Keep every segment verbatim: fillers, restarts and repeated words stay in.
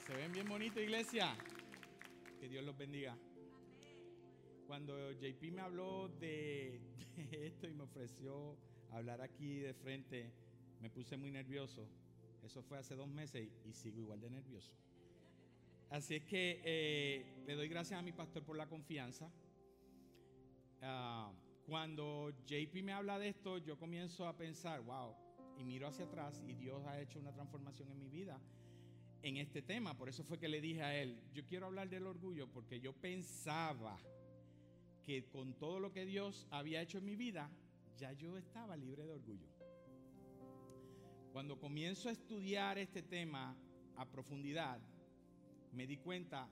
Se ven bien bonitos, iglesia. Que Dios los bendiga. Cuando J P me habló de, de esto y me ofreció hablar aquí de frente, me puse muy nervioso. Eso fue hace dos meses y, y sigo igual de nervioso. Así es que eh, le doy gracias a mi pastor por la confianza. Uh, cuando J P me habla de esto, yo comienzo a pensar, wow, y miro hacia atrás y Dios ha hecho una transformación en mi vida en este tema. Por eso fue que le dije a él, yo quiero hablar del orgullo porque yo pensaba que con todo lo que Dios había hecho en mi vida, ya yo estaba libre de orgullo. Cuando comienzo a estudiar este tema a profundidad, me di cuenta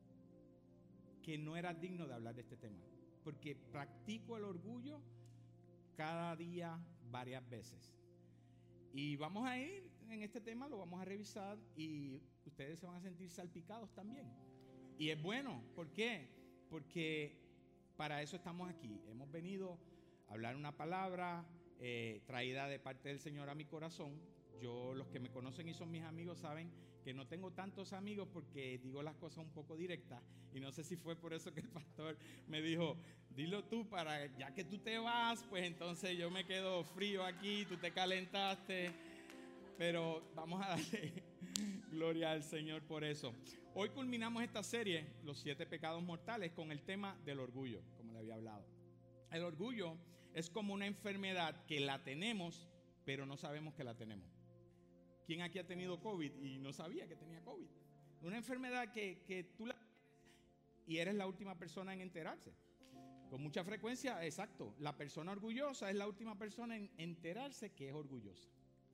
que no era digno de hablar de este tema, porque practico el orgullo cada día varias veces. Y vamos a ir en este tema, lo vamos a revisar y ustedes se van a sentir salpicados también. Y es bueno, ¿por qué? Porque para eso estamos aquí. Hemos venido a hablar una palabra eh, traída de parte del Señor a mi corazón. Yo, los que me conocen y son mis amigos, saben que no tengo tantos amigos porque digo las cosas un poco directas. Y no sé si fue por eso que el pastor me dijo, dilo tú, para ya que tú te vas, pues entonces yo me quedo frío aquí, tú te calentaste. Pero vamos a darle gloria al Señor por eso. Hoy culminamos esta serie, Los siete pecados mortales, con el tema del orgullo, como le había hablado. El orgullo es como una enfermedad que la tenemos, pero no sabemos que la tenemos. ¿Quién aquí ha tenido COVID y no sabía que tenía COVID? Una enfermedad que, que tú la tienes y eres la última persona en enterarse. Con mucha frecuencia, exacto, la persona orgullosa es la última persona en enterarse que es orgullosa.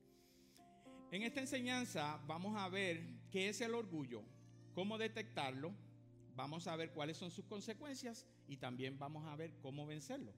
En esta enseñanza vamos a ver qué es el orgullo, cómo detectarlo, vamos a ver cuáles son sus consecuencias y también vamos a ver cómo vencerlo.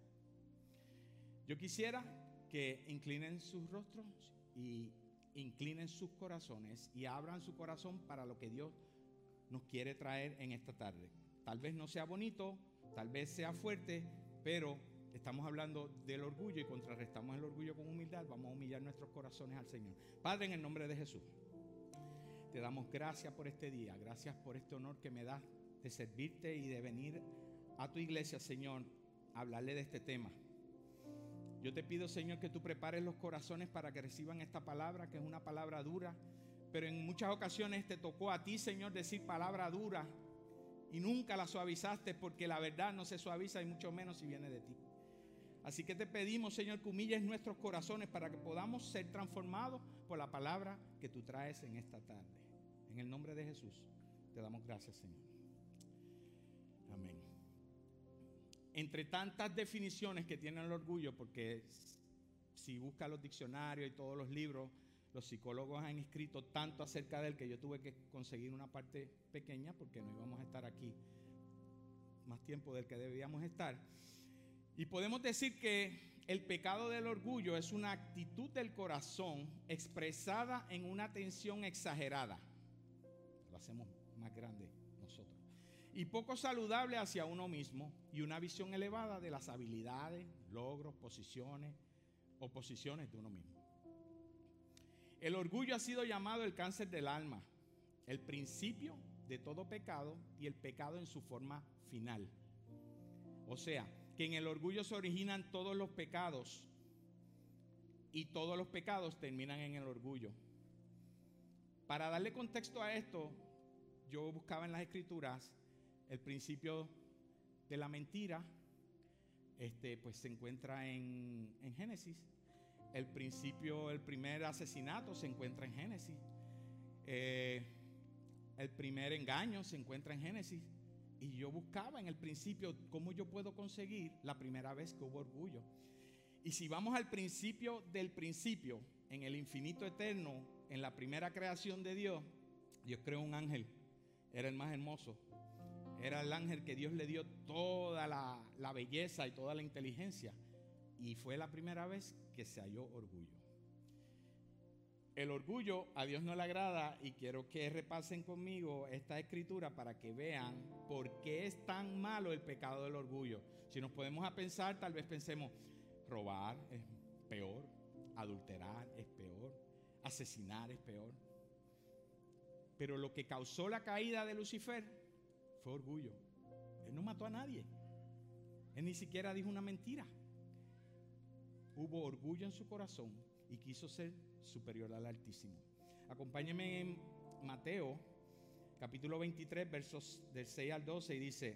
Yo quisiera que inclinen sus rostros y inclinen sus corazones y abran su corazón para lo que Dios nos quiere traer en esta tarde. Tal vez no sea bonito, tal vez sea fuerte, pero estamos hablando del orgullo y contrarrestamos el orgullo con humildad. Vamos a humillar nuestros corazones al Señor. Padre, en el nombre de Jesús, te damos gracias por este día, gracias por este honor que me das de servirte y de venir a tu iglesia, Señor, a hablarle de este tema. Yo te pido, Señor, que tú prepares los corazones para que reciban esta palabra, que es una palabra dura, pero en muchas ocasiones te tocó a ti, Señor, decir palabra dura y nunca la suavizaste, porque la verdad no se suaviza y mucho menos si viene de ti. Así que te pedimos, Señor, que humilles nuestros corazones para que podamos ser transformados por la palabra que tú traes en esta tarde. En el nombre de Jesús te damos gracias, Señor. Amén. Entre tantas definiciones que tiene el orgullo, porque si busca los diccionarios y todos los libros, los psicólogos han escrito tanto acerca de él que yo tuve que conseguir una parte pequeña porque no íbamos a estar aquí más tiempo del que debíamos estar. Y podemos decir que el pecado del orgullo es una actitud del corazón expresada en una tensión exagerada. Lo hacemos más grande nosotros. Y poco saludable hacia uno mismo y una visión elevada de las habilidades, logros, posiciones o posiciones de uno mismo. El orgullo ha sido llamado el cáncer del alma, el principio de todo pecado y el pecado en su forma final. O sea, que en el orgullo se originan todos los pecados y todos los pecados terminan en el orgullo. Para darle contexto a esto, yo buscaba en las escrituras el principio de la mentira, este, pues se encuentra en, en Génesis. El principio, el primer asesinato se encuentra en Génesis. Eh, el primer engaño se encuentra en Génesis. Y yo buscaba en el principio cómo yo puedo conseguir la primera vez que hubo orgullo. Y si vamos al principio del principio, en el infinito eterno, en la primera creación de Dios, Dios creó un ángel. Era el más hermoso. Era el ángel que Dios le dio toda la, la belleza y toda la inteligencia. Y fue la primera vez que se halló orgullo. El orgullo a Dios no le agrada y quiero que repasen conmigo esta escritura para que vean por qué es tan malo el pecado del orgullo. Si nos podemos a pensar, tal vez pensemos, robar es peor, adulterar es peor, asesinar es peor. Pero lo que causó la caída de Lucifer fue orgullo. Él no mató a nadie. Él ni siquiera dijo una mentira. Hubo orgullo en su corazón y quiso ser superior al Altísimo. Acompáñenme en Mateo, capítulo veintitrés, versos del seis al doce, y dice,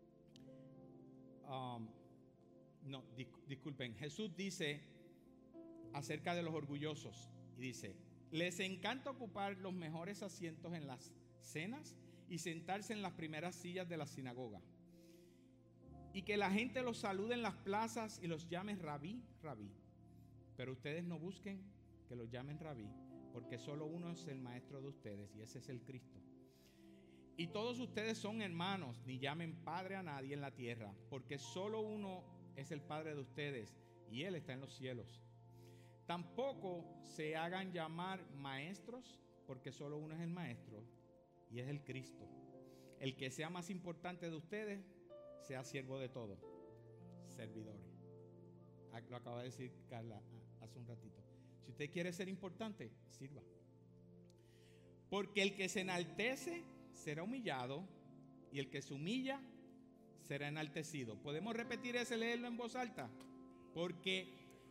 um, no, dis- disculpen, Jesús dice acerca de los orgullosos, y dice, les encanta ocupar los mejores asientos en las cenas y sentarse en las primeras sillas de la sinagoga, y que la gente los salude en las plazas y los llame rabí, rabí. Pero ustedes no busquen que los llamen rabí, porque solo uno es el maestro de ustedes, y ese es el Cristo. Y todos ustedes son hermanos, ni llamen padre a nadie en la tierra, porque solo uno es el Padre de ustedes, y Él está en los cielos. Tampoco se hagan llamar maestros, porque solo uno es el maestro, y es el Cristo. El que sea más importante de ustedes, sea siervo de todo. Servidores. Lo acaba de decir Carla hace un ratito. Si usted quiere ser importante, sirva. Porque el que se enaltece será humillado, y el que se humilla será enaltecido. ¿Podemos repetir ese, leerlo en voz alta? Porque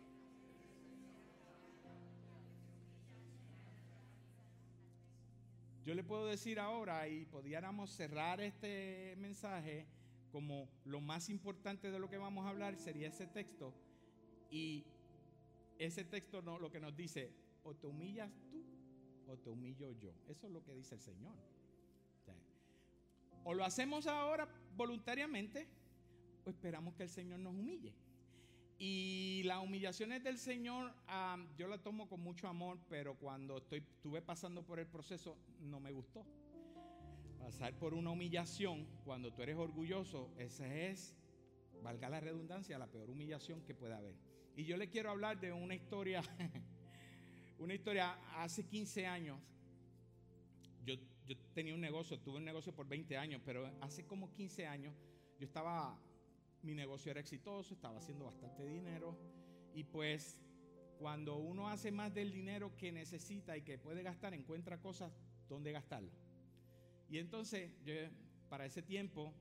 yo le puedo decir ahora, y pudiéramos cerrar este mensaje como lo más importante de lo que vamos a hablar sería ese texto, y ese texto no, lo que nos dice, o te humillas tú o te humillo yo. Eso es lo que dice el Señor. O sea, o lo hacemos ahora voluntariamente, o esperamos que el Señor nos humille. Y las humillaciones del Señor, um, yo las tomo con mucho amor, pero cuando estoy, estuve pasando por el proceso, no me gustó. Pasar por una humillación, cuando tú eres orgulloso, esa es, valga la redundancia, la peor humillación que puede haber. Y yo le quiero hablar de una historia, una historia hace quince años. Yo, yo tenía un negocio, tuve un negocio por veinte años, pero hace como quince años yo estaba, mi negocio era exitoso, estaba haciendo bastante dinero, y pues cuando uno hace más del dinero que necesita y que puede gastar, encuentra cosas donde gastarlo. Y entonces yo, para ese tiempo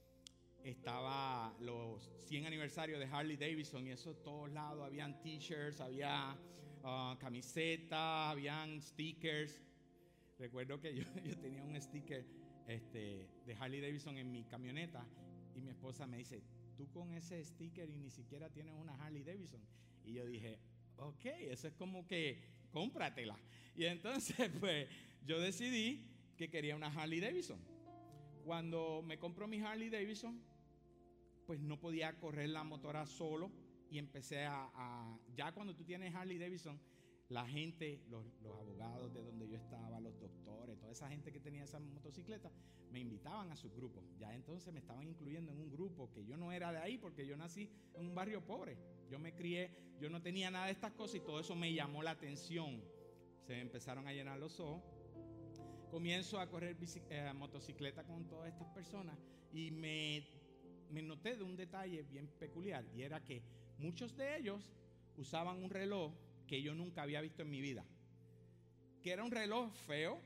estaba los cien aniversarios de Harley Davidson, y eso todos lados habían t-shirts, había uh, camisetas, habían stickers. Recuerdo que yo, yo tenía un sticker este, de Harley Davidson en mi camioneta, y mi esposa me dice, tú con ese sticker y ni siquiera tienes una Harley Davidson. Y yo dije, ok, eso es como que cómpratela. Y entonces pues yo decidí que quería una Harley Davidson. Cuando me compró mi Harley Davidson, pues no podía correr la motora solo, y empecé a, a ya cuando tú tienes Harley Davidson, la gente, los, los abogados de donde yo estaba, los doctores, toda esa gente que tenía esa motocicleta, me invitaban a sus grupos. Ya entonces me estaban incluyendo en un grupo que yo no era de ahí, porque yo nací en un barrio pobre. Yo me crié, yo no tenía nada de estas cosas, y todo eso me llamó la atención. Se me empezaron a llenar los ojos. Comienzo a correr bicic- eh, motocicleta con todas estas personas, y me, me noté de un detalle bien peculiar, y era que muchos de ellos usaban un reloj que yo nunca había visto en mi vida, que era un reloj feo,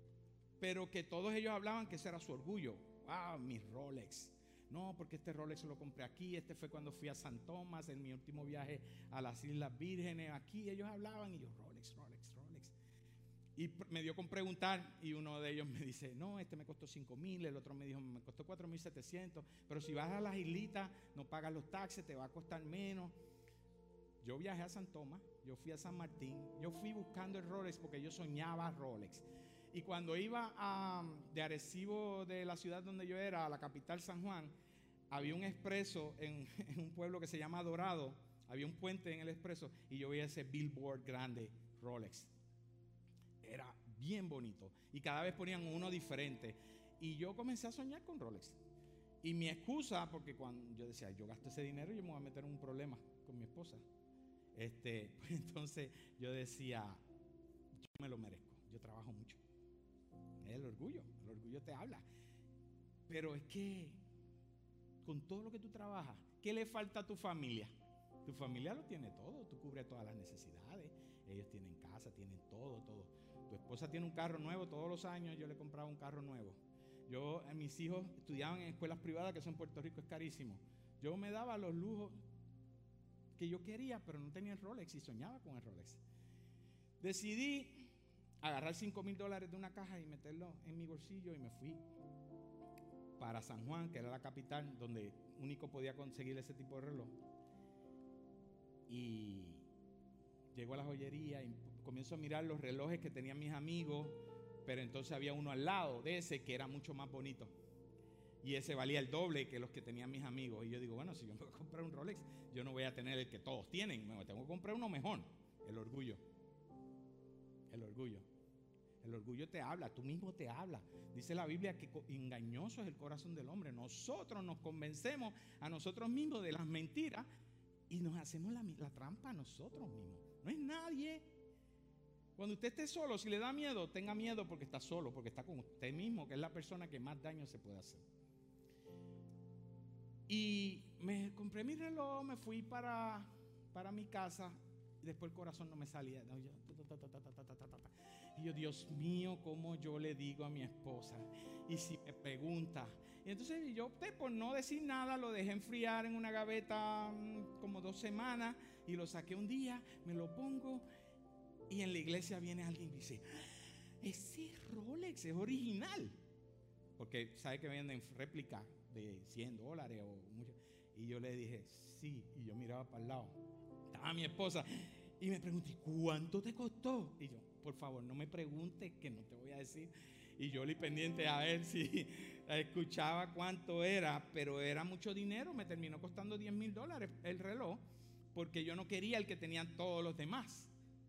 pero que todos ellos hablaban que ese era su orgullo. Ah, mi Rolex. No, porque este Rolex lo compré aquí, este fue cuando fui a San Tomás en mi último viaje a las Islas Vírgenes. Aquí ellos hablaban, y yo, Rolex, Rolex, Rolex. Y me dio con preguntar, y uno de ellos me dice, no, este me costó cinco mil, el otro me dijo, me costó cuatro mil setecientos, pero si vas a las islitas, no pagas los taxes, te va a costar menos. Yo viajé a San Tomás, yo fui a San Martín, yo fui buscando el Rolex porque yo soñaba Rolex. Y cuando iba a, de Arecibo, de la ciudad donde yo era, a la capital San Juan, había un expreso en, en un pueblo que se llama Dorado, había un puente en el expreso, y yo veía ese billboard grande, Rolex. Era bien bonito, y cada vez ponían uno diferente, y yo comencé a soñar con Rolex. Y mi excusa, porque cuando yo decía, yo gasto ese dinero, yo me voy a meter en un problema con mi esposa. Este, pues entonces yo decía, yo me lo merezco, yo trabajo mucho. Es el orgullo, el orgullo te habla. Pero es que con todo lo que tú trabajas, ¿qué le falta a tu familia? Tu familia lo tiene todo, tú cubres todas las necesidades, ellos tienen casa, tienen todo, todo. Tu esposa tiene un carro nuevo, todos los años yo le compraba un carro nuevo. Yo, a mis hijos estudiaban en escuelas privadas, que eso en Puerto Rico es carísimo. Yo me daba los lujos que yo quería, pero no tenía el Rolex y soñaba con el Rolex. Decidí agarrar cinco mil dólares de una caja y meterlo en mi bolsillo y me fui para San Juan, que era la capital donde único podía conseguir ese tipo de reloj. Y llego a la joyería y comienzo a mirar los relojes que tenían mis amigos, pero entonces había uno al lado de ese que era mucho más bonito. Y ese valía el doble que los que tenían mis amigos. Y yo digo, bueno, si yo me voy a comprar un Rolex, yo no voy a tener el que todos tienen. Me tengo que comprar uno mejor. El orgullo. El orgullo. El orgullo te habla, tú mismo te habla. Dice la Biblia que engañoso es el corazón del hombre. Nosotros nos convencemos a nosotros mismos de las mentiras y nos hacemos la, la trampa a nosotros mismos. No es nadie. Cuando usted esté solo, si le da miedo, tenga miedo porque está solo, porque está con usted mismo, que es la persona que más daño se puede hacer. Y me compré mi reloj, me fui para, para mi casa y después el corazón no me salía. No, yo, ta, ta, ta, ta, ta, ta, ta, ta. Y yo, Dios mío, ¿cómo yo le digo a mi esposa? Y si me pregunta. Y entonces yo opté por no decir nada, lo dejé enfriar en una gaveta mmm, como dos semanas y lo saqué un día, me lo pongo y en la iglesia viene alguien y dice, ese Rolex es original. Porque sabe que venden réplica de cien dólares o mucho. Y yo le dije, sí. Y yo miraba para el lado. Estaba mi esposa. Y me pregunté, ¿cuánto te costó? Y yo, por favor, no me preguntes, que no te voy a decir. Y yo le pendiente a ver si escuchaba cuánto era. Pero era mucho dinero. Me terminó costando diez mil dólares el reloj. Porque yo no quería el que tenían todos los demás.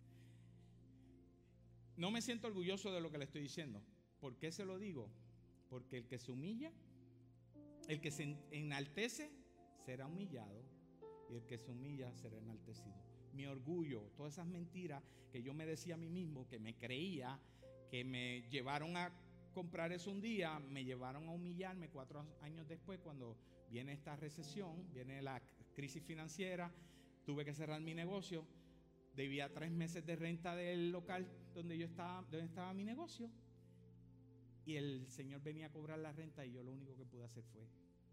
No me siento orgulloso de lo que le estoy diciendo. ¿Por qué se lo digo? Porque el que se humilla, el que se enaltece, será humillado. Y el que se humilla será enaltecido. Mi orgullo, todas esas mentiras que yo me decía a mí mismo, que me creía, que me llevaron a comprar eso un día, me llevaron a humillarme cuatro años después cuando viene esta recesión, viene la crisis financiera, tuve que cerrar mi negocio, debía tres meses de renta del local donde yo estaba, donde estaba mi negocio. Y el Señor venía a cobrar la renta y yo lo único que pude hacer fue.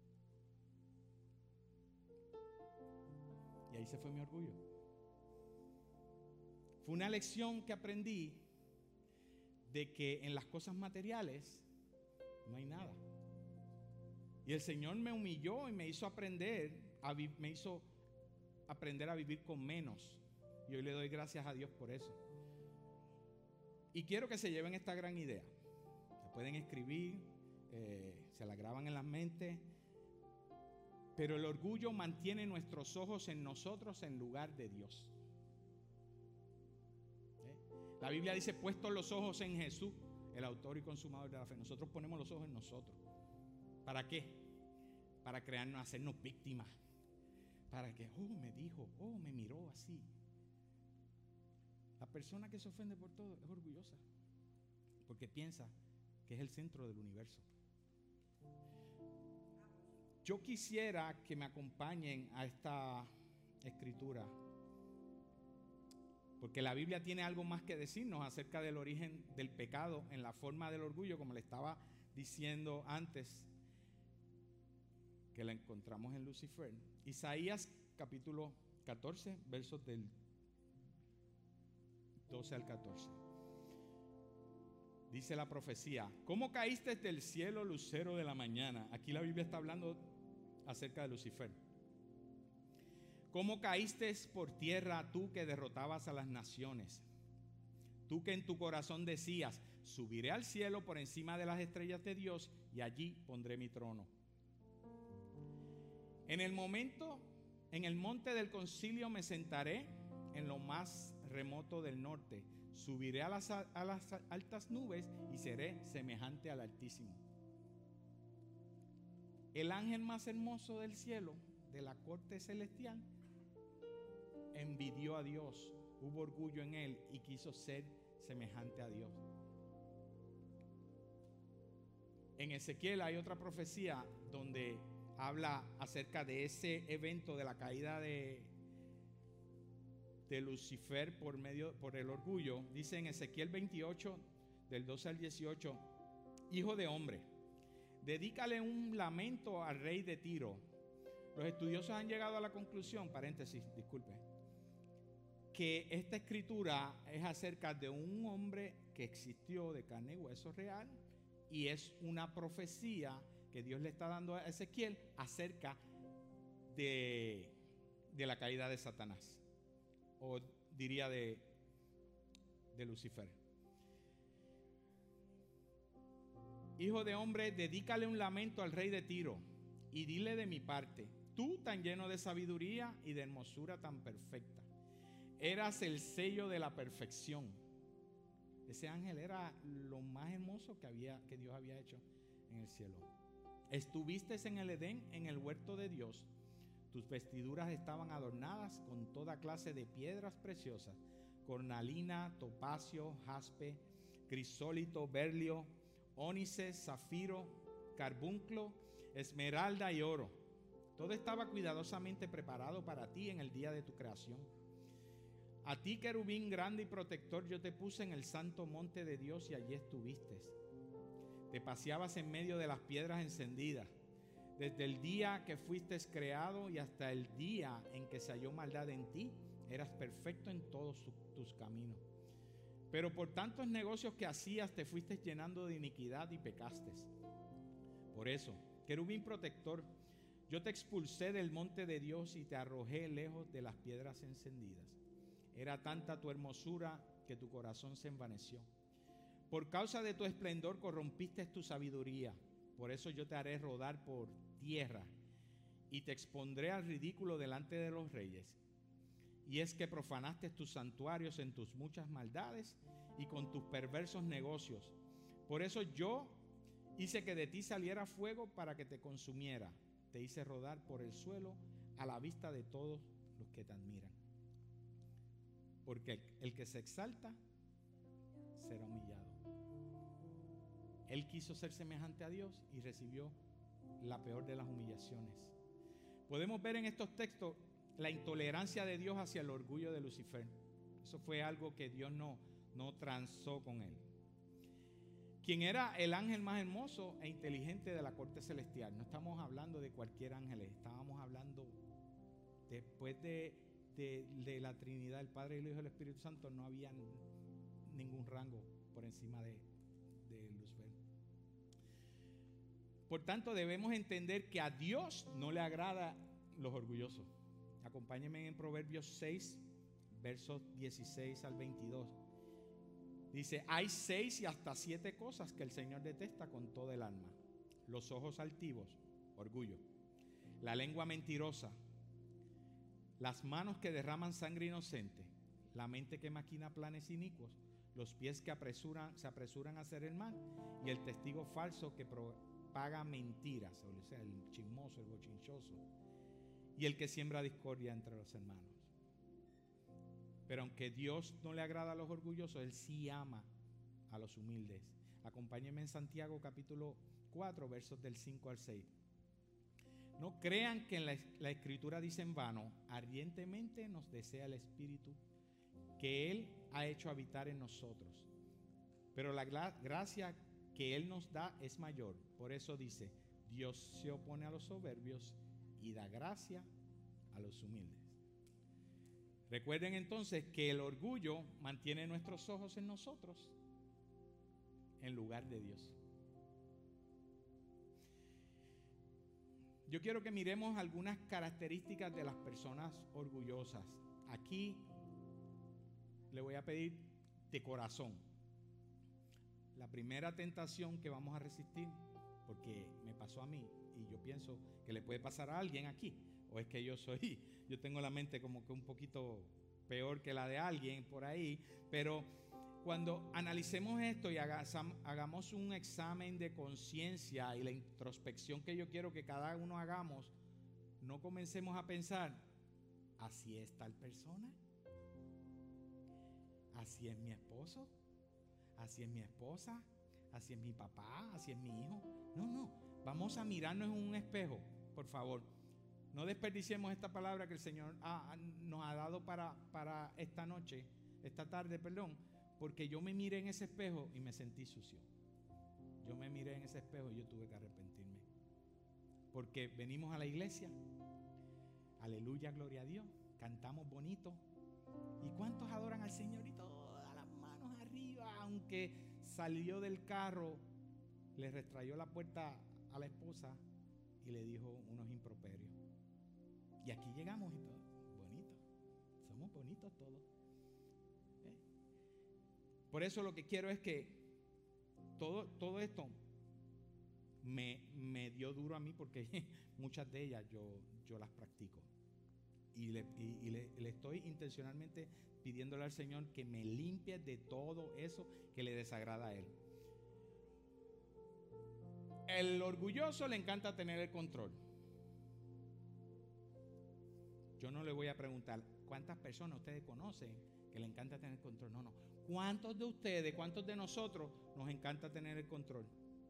Y ahí se fue mi orgullo. Fue una lección que aprendí de que en las cosas materiales no hay nada. Y el Señor me humilló y me hizo aprender a, me hizo aprender a vivir con menos. Y hoy le doy gracias a Dios por eso. Y quiero que se lleven esta gran idea. Pueden escribir, eh, se la graban en la mente, pero el orgullo mantiene nuestros ojos en nosotros en lugar de Dios. ¿Eh? La Biblia dice, puestos los ojos en Jesús, el autor y consumador de la fe. Nosotros ponemos los ojos en nosotros. ¿Para qué? Para crearnos, hacernos víctimas. Para que, oh, me dijo, oh, me miró así. La persona que se ofende por todo es orgullosa, porque piensa que es el centro del universo. Yo quisiera que me acompañen a esta escritura, porque la Biblia tiene algo más que decirnos acerca del origen del pecado en la forma del orgullo, como le estaba diciendo antes, que la encontramos en Lucifer. Isaías capítulo catorce, versos del doce al catorce. Dice la profecía, ¿cómo caíste del cielo, lucero de la mañana? Aquí la Biblia está hablando acerca de Lucifer. ¿Cómo caíste por tierra tú que derrotabas a las naciones? Tú que en tu corazón decías, subiré al cielo por encima de las estrellas de Dios y allí pondré mi trono. En el momento, en el monte del concilio me sentaré en lo más remoto del norte. Subiré a las, a las altas nubes y seré semejante al Altísimo. El ángel más hermoso del cielo, de la corte celestial, envidió a Dios, hubo orgullo en él y quiso ser semejante a Dios. En Ezequiel hay otra profecía donde habla acerca de ese evento de la caída de, de Lucifer por medio por el orgullo. Dice en Ezequiel veintiocho, del doce al dieciocho: hijo de hombre, dedícale un lamento al rey de Tiro. Los estudiosos han llegado a la conclusión, paréntesis, disculpe, que esta escritura es acerca de un hombre que existió de carne y hueso real, y es una profecía que Dios le está dando a Ezequiel acerca de, de la caída de Satanás, o diría de, de Lucifer. Hijo de hombre, dedícale un lamento al rey de Tiro y dile de mi parte: tú, tan lleno de sabiduría y de hermosura tan perfecta, eras el sello de la perfección. Ese ángel era lo más hermoso que, había, que Dios había hecho en el cielo. Estuviste en el Edén, en el huerto de Dios. Tus vestiduras estaban adornadas con toda clase de piedras preciosas: cornalina, topacio, jaspe, crisólito, berlio, ónice, zafiro, carbunclo, esmeralda y oro. Todo estaba cuidadosamente preparado para ti en el día de tu creación. A ti, querubín grande y protector, yo te puse en el santo monte de Dios y allí estuviste. Te paseabas en medio de las piedras encendidas, desde el día que fuiste creado y hasta el día en que se halló maldad en ti. Eras perfecto en todos tus caminos. Pero por tantos negocios que hacías, te fuiste llenando de iniquidad y pecaste. Por eso, querubín protector, yo te expulsé del monte de Dios y te arrojé lejos de las piedras encendidas. Era tanta tu hermosura que tu corazón se envaneció. Por causa de tu esplendor corrompiste tu sabiduría. Por eso yo te haré rodar por tierra y te expondré al ridículo delante de los reyes. Y es que profanaste tus santuarios en tus muchas maldades y con tus perversos negocios. Por eso yo hice que de ti saliera fuego para que te consumiera. Te hice rodar por el suelo a la vista de todos los que te admiran. Porque el, el que se exalta será humillado. Él quiso ser semejante a Dios y recibió la peor de las humillaciones. Podemos ver en estos textos la intolerancia de Dios hacia el orgullo de Lucifer. Eso fue algo que Dios no, no transó con él. Quien era el ángel más hermoso e inteligente de la corte celestial. No estamos hablando de cualquier ángel, estábamos hablando después de, de, de la Trinidad, el Padre, el Hijo y el Espíritu Santo, no había ningún rango por encima de, de Lucifer. Por tanto, debemos entender que a Dios no le agrada los orgullosos. Acompáñenme en Proverbios seis, versos dieciséis al veintidós. Dice: hay seis y hasta siete cosas que el Señor detesta con todo el alma: los ojos altivos, orgullo; la lengua mentirosa; las manos que derraman sangre inocente; la mente que maquina planes inicuos; los pies que apresuran, se apresuran a hacer el mal; y el testigo falso que propaga mentiras, o sea, el chismoso, el bochinchoso; y el que siembra discordia entre los hermanos. Pero aunque Dios no le agrada a los orgullosos, Él sí ama a los humildes. Acompáñenme en Santiago capítulo cuatro, versos del cinco al seis. No crean que la, la Escritura dice en vano: ardientemente nos desea el Espíritu que Él ha hecho habitar en nosotros. Pero la gracia que Él nos da es mayor. Por eso dice: Dios se opone a los soberbios y da gracia a los humildes. Recuerden entonces que el orgullo mantiene nuestros ojos en nosotros en lugar de Dios. Yo quiero que miremos algunas características de las personas orgullosas. Aquí le voy a pedir de corazón. La primera tentación que vamos a resistir, porque me pasó a mí y yo pienso que le puede pasar a alguien aquí, o es que yo soy, yo tengo la mente como que un poquito peor que la de alguien por ahí, pero cuando analicemos esto y hagamos un examen de conciencia y la introspección que yo quiero que cada uno hagamos, no comencemos a pensar: así es tal persona, así es mi esposo, así es mi esposa, así es mi papá, así es mi hijo. No, no, vamos a mirarnos en un espejo, por favor. No desperdiciemos esta palabra que el Señor ha, nos ha dado para, para esta noche, esta tarde, perdón, porque yo me miré en ese espejo y me sentí sucio. Yo me miré en ese espejo y yo tuve que arrepentirme. Porque venimos a la iglesia, aleluya, gloria a Dios, cantamos bonito. ¿Y cuántos adoran al Señor y todas las manos arriba? Aunque salió del carro, le restrayó la puerta a la esposa y le dijo unos improperios. Y aquí llegamos y todo, bonito, somos bonitos todos. ¿Eh? Por eso lo que quiero es que todo, todo esto me, me dio duro a mí, porque muchas de ellas yo, yo las practico. Y, le, y, y le, le estoy intencionalmente pidiéndole al Señor que me limpie de todo eso que le desagrada a Él. El orgulloso le encanta tener el control. Yo no le voy a preguntar cuántas personas ustedes conocen que le encanta tener control. No, no. ¿Cuántos de ustedes, cuántos de nosotros nos encanta tener el control?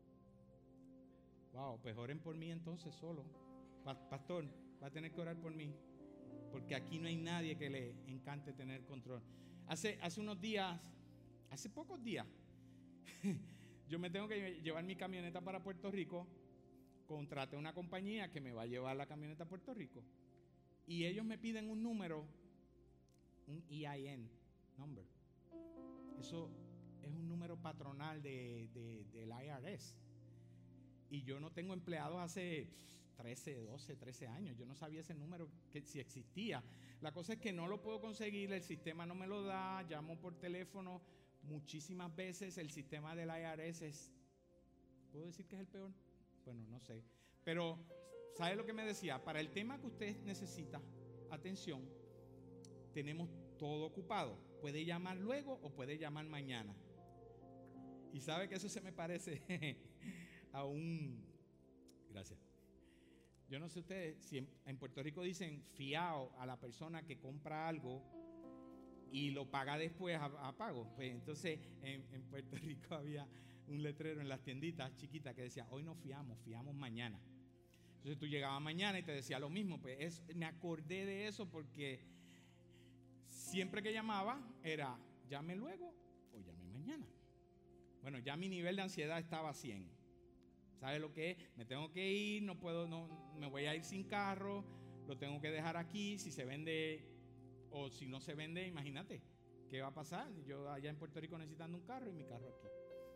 Wow, pues oren por mí entonces solo. Pastor, va a tener que orar por mí, porque aquí no hay nadie que le encante tener control. Hace, hace unos días, hace pocos días, yo me tengo que llevar mi camioneta para Puerto Rico. Contraté una compañía que me va a llevar la camioneta a Puerto Rico. Y ellos me piden un número, un E I N number. Eso es un número patronal de, de, del I R S. Y yo no tengo empleados hace trece, doce, trece años. Yo no sabía ese número, que si existía. La cosa es que no lo puedo conseguir, el sistema no me lo da. Llamo por teléfono muchísimas veces. El sistema del I R S es, ¿puedo decir que es el peor? Bueno, no sé. Pero ¿sabe lo que me decía? Para el tema que usted necesita atención, tenemos todo ocupado. Puede llamar luego o puede llamar mañana. Y sabe que eso se me parece a un... Gracias. Yo no sé ustedes, si en, en Puerto Rico dicen fiao a la persona que compra algo y lo paga después a, a pago. Pues entonces en, en Puerto Rico había un letrero en las tienditas chiquitas que decía, hoy no fiamos, fiamos mañana. Entonces tú llegabas mañana y te decía lo mismo. Pues es, me acordé de eso porque siempre que llamaba era llame luego o llame mañana. Bueno, ya mi nivel de ansiedad estaba a cien. ¿Sabe lo que es? Me tengo que ir, no puedo, no, me voy a ir sin carro, lo tengo que dejar aquí. Si se vende o si no se vende, imagínate, ¿qué va a pasar? Yo allá en Puerto Rico necesitando un carro y mi carro aquí.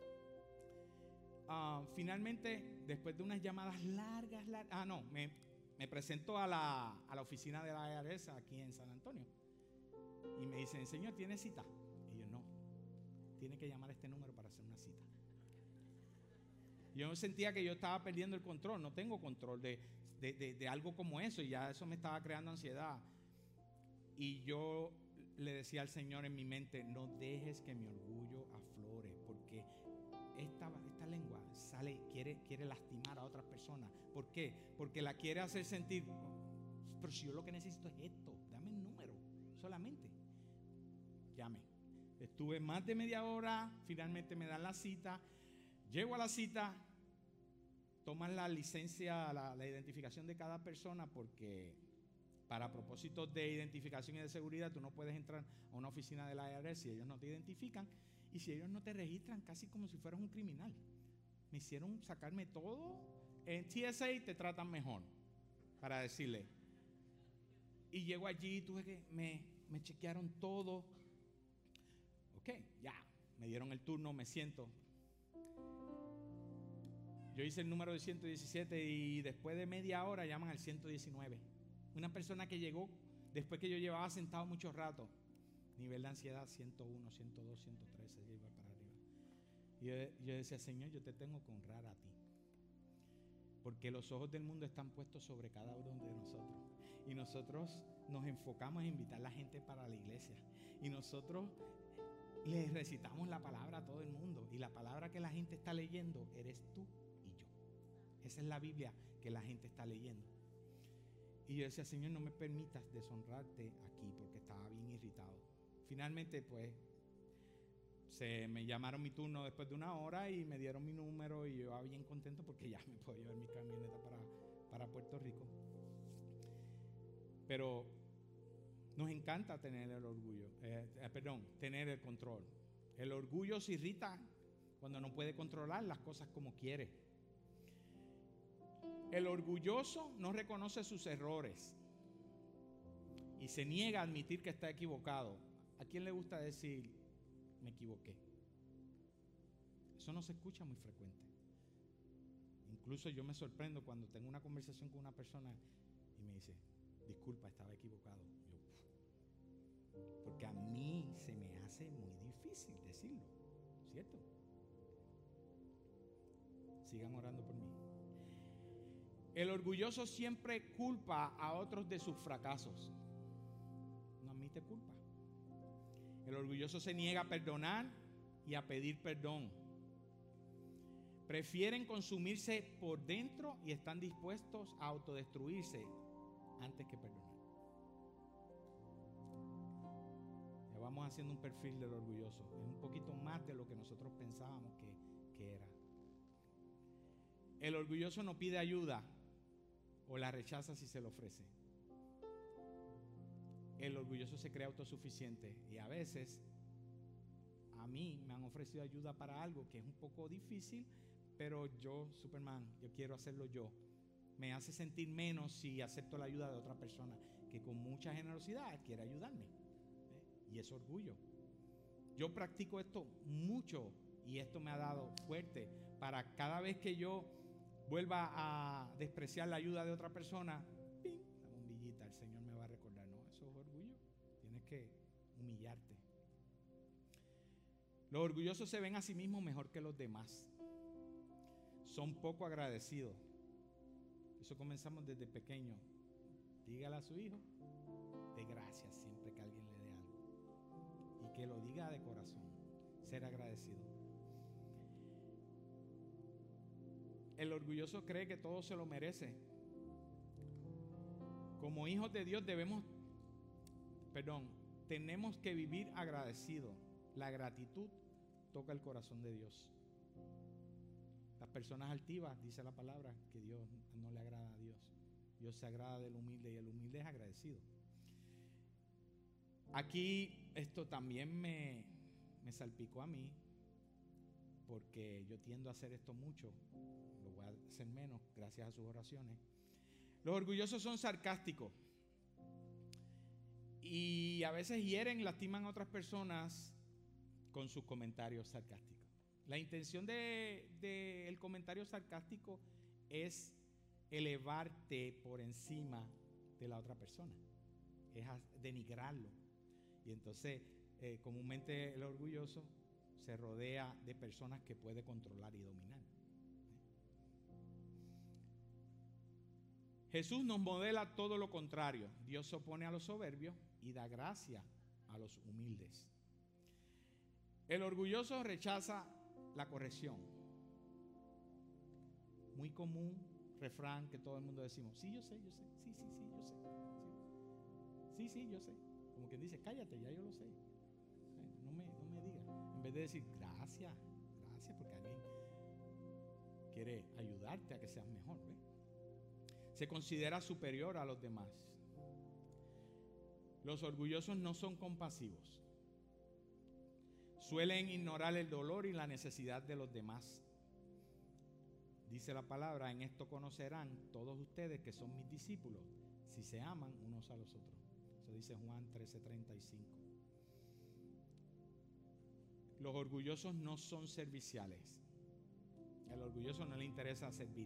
Uh, finalmente, después de unas llamadas largas, largas ah, no, me, me presento a la, a la oficina de la I R S aquí en San Antonio. Y me dicen, señor, ¿tiene cita? Y yo, no, tiene que llamar a este número para hacer una cita. Yo sentía que yo estaba perdiendo el control. No tengo control de, de, de, de algo como eso. Y ya eso me estaba creando ansiedad. Y yo le decía al Señor en mi mente, no dejes que mi orgullo aflore, porque esta, esta lengua sale, quiere, quiere lastimar a otras personas. ¿Por qué? Porque la quiere hacer sentir, pero si yo lo que necesito es esto, dame el número solamente. Llame. Estuve más de media hora, finalmente me dan la cita. Llego a la cita, toman la licencia, la, la identificación de cada persona, porque para propósitos de identificación y de seguridad tú no puedes entrar a una oficina de la I R S si ellos no te identifican y si ellos no te registran, casi como si fueras un criminal. Me hicieron sacarme todo. En T S A te tratan mejor, para decirle. Y llego allí, tuve que me, me chequearon todo. Ok, ya, me dieron el turno, me siento. Yo hice el número de ciento diecisiete y después de media hora llaman al ciento diecinueve. Una persona que llegó después que yo llevaba sentado mucho rato. Nivel de ansiedad ciento uno, ciento dos, ciento tres, se iba para arriba. Y yo, yo decía, Señor, yo te tengo que honrar a ti. Porque los ojos del mundo están puestos sobre cada uno de nosotros. Y nosotros nos enfocamos en invitar a la gente para la iglesia. Y nosotros les recitamos la palabra a todo el mundo. Y la palabra que la gente está leyendo eres tú. Esa es la Biblia que la gente está leyendo. Y yo decía, Señor, no me permitas deshonrarte aquí, porque estaba bien irritado. Finalmente, pues, se me llamaron mi turno después de una hora y me dieron mi número y yo estaba bien contento porque ya me puedo llevar mi camioneta para, para Puerto Rico. Pero nos encanta tener el orgullo, eh, eh, perdón, tener el control. El orgullo se irrita cuando no puede controlar las cosas como quiere. El orgulloso no reconoce sus errores y se niega a admitir que está equivocado. ¿A quién le gusta decir, me equivoqué? Eso no se escucha muy frecuente. Incluso yo me sorprendo cuando tengo una conversación con una persona y me dice, disculpa, estaba equivocado. Yo, porque a mí se me hace muy difícil decirlo, ¿cierto? Sigan orando por mí. El orgulloso siempre culpa a otros de sus fracasos. No admite culpa. El orgulloso se niega a perdonar y a pedir perdón. Prefieren consumirse por dentro y están dispuestos a autodestruirse antes que perdonar. Ya vamos haciendo un perfil del orgulloso. Es un poquito más de lo que nosotros pensábamos que, que era. El orgulloso no pide ayuda o la rechaza si se le ofrece. El orgulloso se cree autosuficiente y a veces a mí me han ofrecido ayuda para algo que es un poco difícil, pero yo, Superman, yo quiero hacerlo yo. Me hace sentir menos si acepto la ayuda de otra persona que con mucha generosidad quiere ayudarme. ¿Eh? Y es orgullo. Yo practico esto mucho y esto me ha dado fuerte para cada vez que yo vuelva a despreciar la ayuda de otra persona, ¡ping!, la bombillita, el Señor me va a recordar, no, eso es orgullo, tienes que humillarte. Los orgullosos se ven a sí mismos mejor que los demás, son poco agradecidos. Eso comenzamos desde pequeño. Dígale a su hijo, de gracias siempre que alguien le dé algo y que lo diga de corazón, ser agradecido. El orgulloso cree que todo se lo merece. Como hijos de Dios debemos, perdón, tenemos que vivir agradecidos. La gratitud toca el corazón de Dios. Las personas altivas, dice la palabra, que Dios no le agrada a Dios. Dios se agrada del humilde y el humilde es agradecido. Aquí esto también me, me salpicó a mí, porque yo tiendo a hacer esto mucho. Lo voy a hacer menos gracias a sus oraciones. Los orgullosos son sarcásticos y a veces hieren, lastiman a otras personas con sus comentarios sarcásticos. La intención del de, de comentario sarcástico es elevarte por encima de la otra persona, es denigrarlo. Y entonces eh, comúnmente el orgulloso se rodea de personas que puede controlar y dominar. Jesús nos modela todo lo contrario. Dios se opone a los soberbios y da gracia a los humildes. El orgulloso rechaza la corrección. Muy común refrán que todo el mundo decimos, sí, yo sé, yo sé, sí, sí, sí, yo sé. Sí, sí, sí, yo sé. Como quien dice, cállate, ya yo lo sé. No me, no me digas. En vez de decir, gracias, gracias, porque alguien quiere ayudarte a que seas mejor, ¿ves? Se considera superior a los demás. Los orgullosos no son compasivos. Suelen ignorar el dolor y la necesidad de los demás. Dice la palabra, en esto conocerán todos ustedes que son mis discípulos, si se aman unos a los otros. Eso dice Juan trece treinta y cinco. Los orgullosos no son serviciales. Al orgulloso no le interesa servir.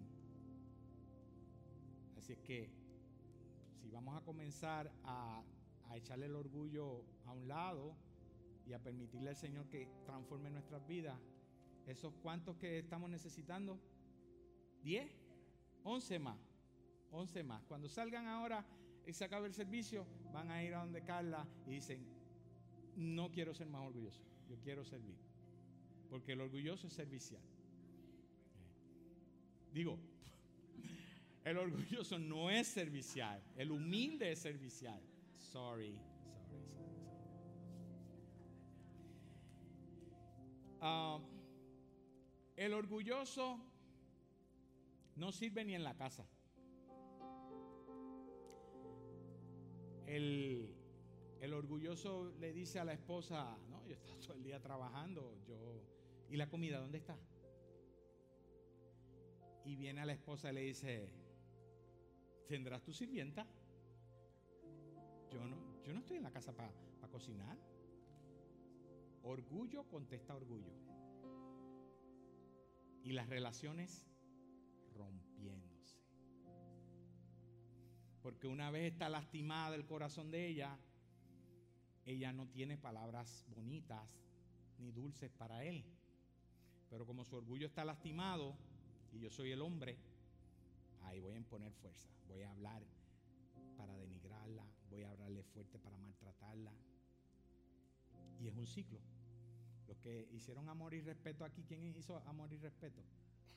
Así es que si vamos a comenzar a, a echarle el orgullo a un lado y a permitirle al Señor que transforme nuestras vidas, esos cuantos que estamos necesitando, diez, once más, once más. Cuando salgan ahora y se acabe el servicio, van a ir a donde Carla y dicen, no quiero ser más orgulloso, yo quiero servir, porque el orgulloso es servicial. Digo, el orgulloso no es servicial, el humilde es servicial. Sorry, sorry, sorry, sorry. Uh, el orgulloso no sirve ni en la casa. El, el orgulloso le dice a la esposa, no, yo he estado todo el día trabajando, yo, ¿y la comida dónde está? Y viene a la esposa y le dice, ¿tendrás tu sirvienta? Yo no, yo no estoy en la casa para pa cocinar. Orgullo contesta orgullo. Y las relaciones rompiéndose. Porque una vez está lastimado el corazón de ella, ella no tiene palabras bonitas ni dulces para él. Pero como su orgullo está lastimado y yo soy el hombre, ahí voy a imponer fuerza. Voy a hablar para denigrarla, voy a hablarle fuerte para maltratarla. Y es un ciclo. Los que hicieron amor y respeto aquí, ¿quién hizo amor y respeto?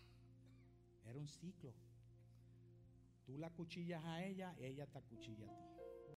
Era un ciclo. Tú la cuchillas a ella, ella te acuchilla a ti.